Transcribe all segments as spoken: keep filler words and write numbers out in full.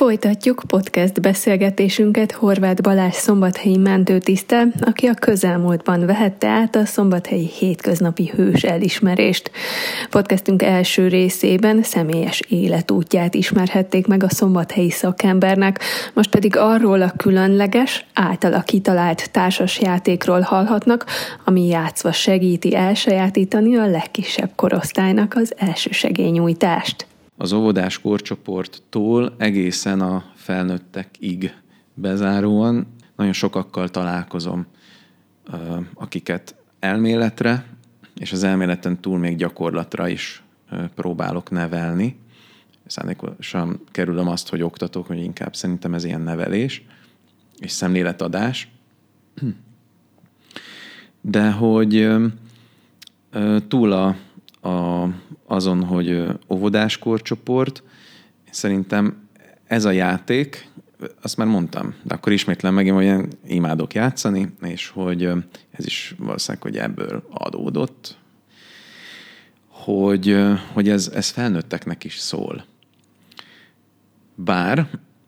Folytatjuk podcast beszélgetésünket Horváth Balázs szombathelyi mentőtiszttel, aki a közelmúltban vehette át a szombathelyi hétköznapi hős elismerést. Podcastünk első részében személyes életútját ismerhették meg a szombathelyi szakembernek, most pedig arról a különleges, általa kitalált társasjátékról hallhatnak, ami játszva segíti elsajátítani a legkisebb korosztálynak az elsősegélynyújtást. Az óvodás korcsoporttól egészen a felnőttekig bezáróan nagyon sokakkal találkozom, akiket elméletre, és az elméleten túl még gyakorlatra is próbálok nevelni. Szándékosan kerülöm azt, hogy oktatok, hogy inkább szerintem ez ilyen nevelés és szemléletadás. De hogy túl a A, azon, hogy óvodás korcsoport, szerintem ez a játék, azt már mondtam, de akkor ismétlem meg, hogy én imádok játszani, és hogy ez is valószínűleg, hogy ebből adódott, hogy, hogy ez, ez felnőtteknek is szól. Bár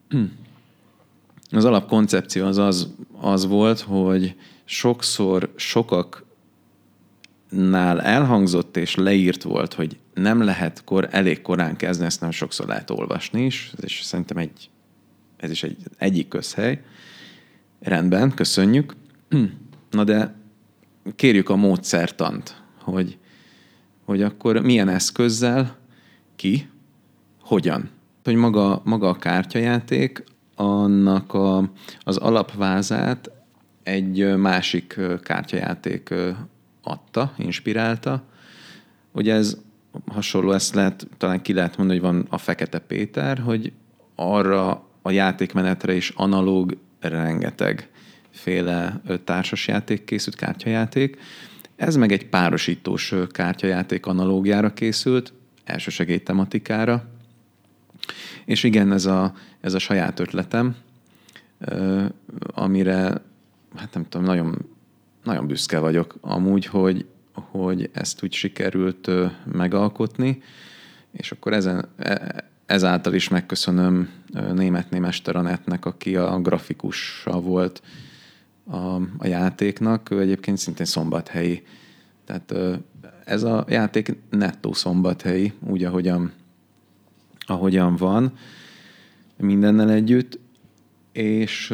az alapkoncepció az, az az volt, hogy sokszor sokak nál elhangzott és leírt volt, hogy nem lehet kor, elég korán kezdeni, ezt nem sokszor lehet olvasni is, és szerintem egy, ez is egy egyik közhely. Rendben, köszönjük. Na de kérjük a módszertant, hogy, hogy akkor milyen eszközzel, ki, hogyan. Hogy maga, maga a kártyajáték, annak a, az alapvázát egy másik kártyajáték adta, inspirálta. Ugye ez hasonló, ezt lehet, talán ki lehet mondani, hogy van a Fekete Péter, hogy arra a játékmenetre is analóg rengeteg féle társasjáték készült, kártyajáték. Ez meg egy párosítós kártyajáték analógiára készült, elsősegély tematikára. És igen, ez a, ez a saját ötletem, amire, hát nem tudom, nagyon Nagyon büszke vagyok amúgy, hogy, hogy ezt úgy sikerült megalkotni, és akkor ezen, ezáltal is megköszönöm Németné Mester Anettnek, aki a grafikusa volt a, a játéknak. Ő egyébként szintén szombathelyi. Tehát ez a játék nettó szombathelyi, úgy, ahogyan, ahogyan van, mindennel együtt, és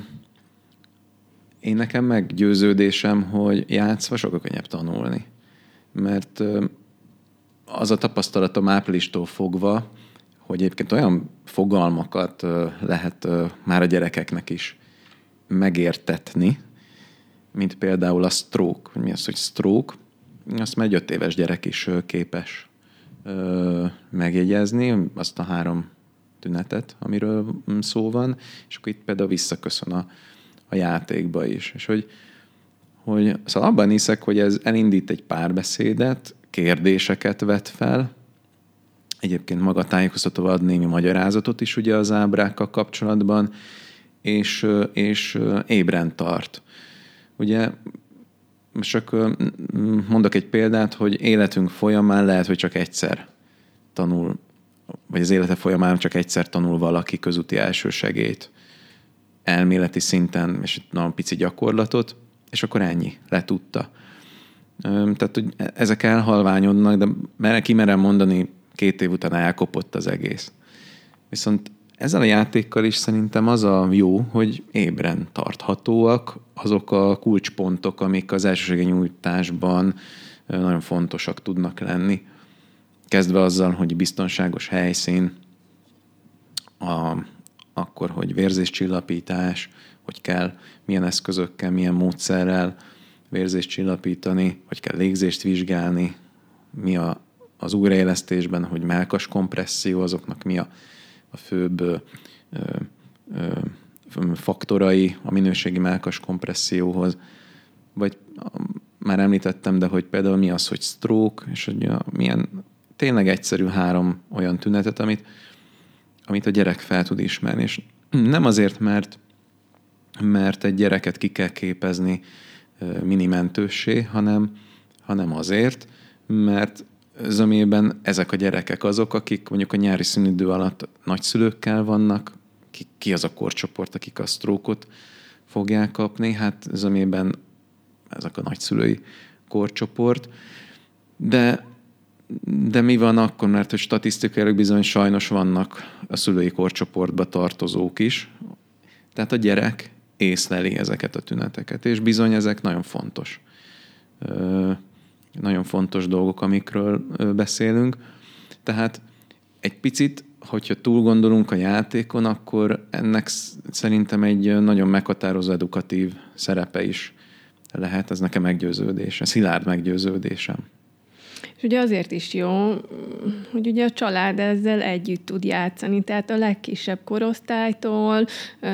én nekem meggyőződésem, hogy játszva sokkal könnyebb tanulni. Mert az a tapasztalatom áprilistól fogva, hogy egyébként olyan fogalmakat lehet már a gyerekeknek is megértetni, mint például a stroke. Mi az, hogy stroke? Azt már egy öt éves gyerek is képes megjegyezni, azt a három tünetet, amiről szó van, és akkor itt például visszaköszön a a játékba is. És hogy, hogy szóval abban hiszek, hogy ez elindít egy párbeszédet, kérdéseket vet fel, egyébként maga tájékoztatóval ad némi magyarázatot is ugye az ábrákkal kapcsolatban, és, és ébren tart. Ugye most csak mondok egy példát, hogy életünk folyamán lehet, hogy csak egyszer tanul, vagy az élete folyamán csak egyszer tanul valaki közúti elsősegélyt, elméleti szinten, és itt nagyon pici gyakorlatot, és akkor ennyi, letudta. Tehát, hogy ezek elhalványodnak, de merre kimerem mondani, két év után elkopott az egész. Viszont ezzel a játékkal is szerintem az a jó, hogy ébren tarthatóak azok a kulcspontok, amik az elsősegélynyújtásban nagyon fontosak tudnak lenni. Kezdve azzal, hogy biztonságos helyszín, a akkor, hogy vérzéscsillapítás, hogy kell, milyen eszközökkel, milyen módszerrel vérzést csillapítani, hogy kell légzést vizsgálni, mi a, az újraélesztésben, hogy mellkas kompresszió, azoknak mi a, a főbb ö, ö, faktorai a minőségi mellkas kompresszióhoz. Vagy már említettem, de hogy például mi az, hogy stroke, és hogy a, milyen tényleg egyszerű három olyan tünetet, amit amit a gyerek fel tud ismerni. És nem azért, mert, mert egy gyereket ki kell képezni minimentőssé, hanem, hanem azért, mert zömében ezek a gyerekek azok, akik mondjuk a nyári szünidő alatt nagyszülőkkel vannak, ki, ki az a korcsoport, akik a stroke-ot fogják kapni. Hát zömében ezek a nagyszülői korcsoport. De, de mi van akkor, mert hogy statisztikailag bizony sajnos vannak a szülői korcsoportba tartozók is. Tehát a gyerek észleli ezeket a tüneteket, és bizony ezek nagyon fontos. Ö, nagyon fontos dolgok, amikről beszélünk. Tehát egy picit, hogyha túl gondolunk a játékon, akkor ennek szerintem egy nagyon meghatározó edukatív szerepe is lehet, ez nekem meggyőződése, szilárd meggyőződésem. És ugye azért is jó, hogy ugye a család ezzel együtt tud játszani, tehát a legkisebb korosztálytól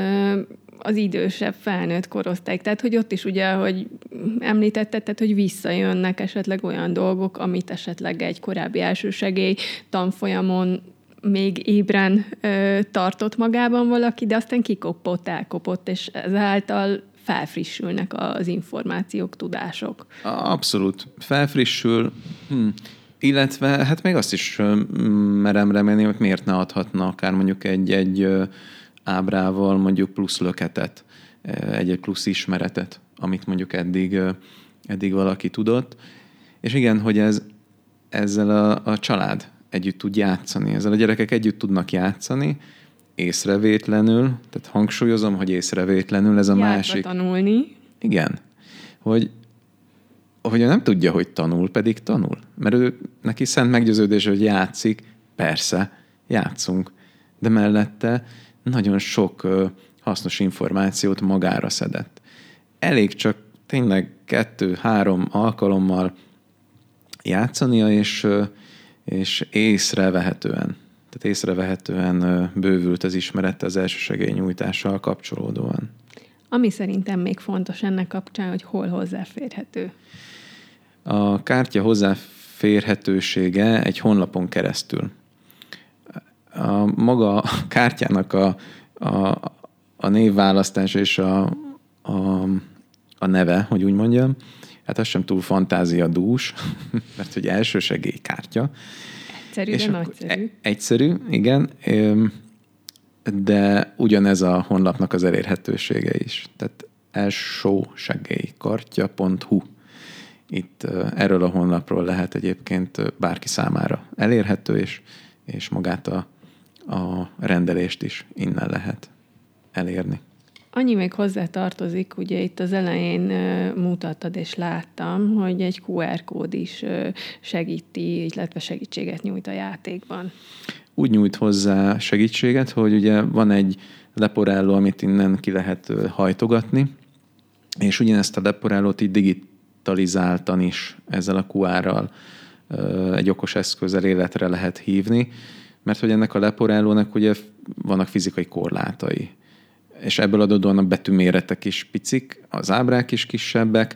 az idősebb felnőtt korosztályig. Tehát, hogy ott is ugye, hogy említetted, tehát, hogy visszajönnek esetleg olyan dolgok, amit esetleg egy korábbi elsősegély tanfolyamon még ébren ö, tartott magában valaki, de aztán kikopott, elkopott, és ezáltal felfrissülnek az információk, tudások. Abszolút. Felfrissül, hm. illetve hát még azt is merem remélni, hogy miért ne adhatna akár mondjuk egy-egy ábrával mondjuk plusz löketet, egy-egy plusz ismeretet, amit mondjuk eddig, eddig valaki tudott. És igen, hogy ez, ezzel a, a család együtt tud játszani, ezzel a gyerekek együtt tudnak játszani, észrevétlenül, tehát hangsúlyozom, hogy észrevétlenül ez a Játva másik. tanulni. Igen. Hogy, hogy ő nem tudja, hogy tanul, pedig tanul. Mert ő, neki szent meggyőződés, hogy játszik, persze, játszunk. De mellette nagyon sok uh, hasznos információt magára szedett. Elég csak tényleg kettő-három alkalommal játszania, és, uh, és észrevehetően. Tehát észrevehetően uh, bővült az ismerete az elsősegélynyújtással kapcsolódóan. Ami szerintem még fontos ennek kapcsán, hogy hol hozzáférhető. A kártya hozzáférhetősége egy honlapon keresztül. A maga a kártyának a, a, a névválasztás és a, a, a neve, hogy úgy mondjam, hát az sem túl fantáziadús, mert hogy elsősegélykártya. Egyszerű, de nagyszerű. Egyszerű, igen, de ugyanez a honlapnak az elérhetősége is. Tehát elsősegélykártya pont hu. Itt erről a honlapról lehet egyébként bárki számára elérhető, és, és magát a, a rendelést is innen lehet elérni. Annyi még hozzá tartozik, ugye itt az elején mutattad és láttam, hogy egy kú er kód is segíti, illetve segítséget nyújt a játékban. Úgy nyújt hozzá segítséget, hogy ugye van egy leporelló, amit innen ki lehet hajtogatni, és ugyanezt a leporellót így digitalizáltan is ezzel a kú árral egy okos eszközzel életre lehet hívni, mert hogy ennek a leporellónak ugye vannak fizikai korlátai. És ebből adódóan a betűméretek is picik, az ábrák is kisebbek.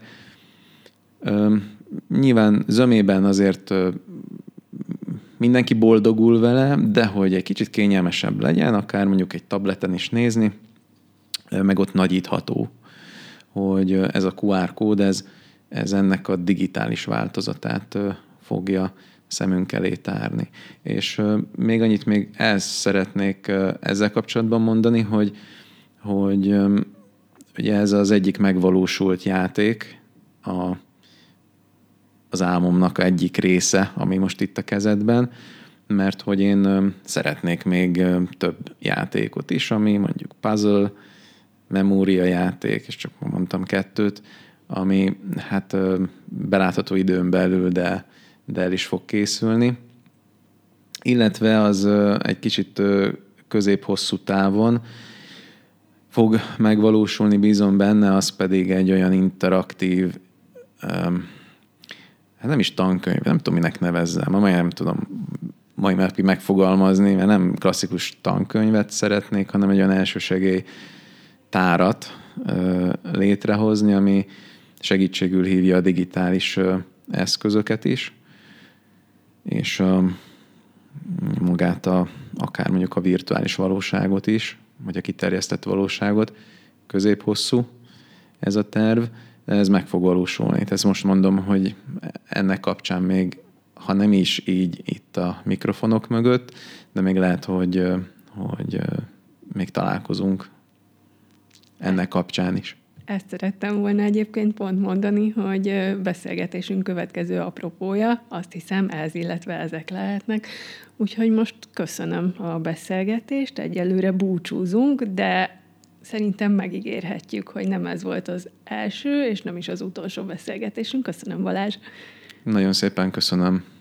Nyilván zömében azért mindenki boldogul vele, de hogy egy kicsit kényelmesebb legyen, akár mondjuk egy tableten is nézni, meg ott nagyítható, hogy ez a kú ár kód, ez, ez ennek a digitális változatát fogja szemünk elé tárni. És még annyit még el szeretnék ezzel kapcsolatban mondani, hogy, hogy ugye ez az egyik megvalósult játék, a, az álmomnak egyik része, ami most itt a kezedben, mert hogy én szeretnék még több játékot is, ami mondjuk puzzle, memória játék, és csak mondtam kettőt, ami hát belátható időn belül, de, de el is fog készülni. Illetve az egy kicsit közép-hosszú távon fog megvalósulni, bízom benne, az pedig egy olyan interaktív, hát nem is tankönyv, nem tudom, minek nevezzem, majd nem tudom mai napig megfogalmazni, mert nem klasszikus tankönyvet szeretnék, hanem egy olyan elsősegély tárat létrehozni, ami segítségül hívja a digitális eszközöket is, és a, magát a, akár mondjuk a virtuális valóságot is, vagy a kiterjesztett valóságot, közép-hosszú ez a terv, ez meg fog valósulni. Ezt most mondom, hogy ennek kapcsán még, ha nem is így itt a mikrofonok mögött, de még lehet, hogy, hogy még találkozunk ennek kapcsán is. Ezt szerettem volna egyébként pont mondani, hogy beszélgetésünk következő apropója, azt hiszem ez, illetve ezek lehetnek. Úgyhogy most köszönöm a beszélgetést, egyelőre búcsúzunk, de szerintem megígérhetjük, hogy nem ez volt az első, és nem is az utolsó beszélgetésünk. Köszönöm, Balázs! Nagyon szépen köszönöm!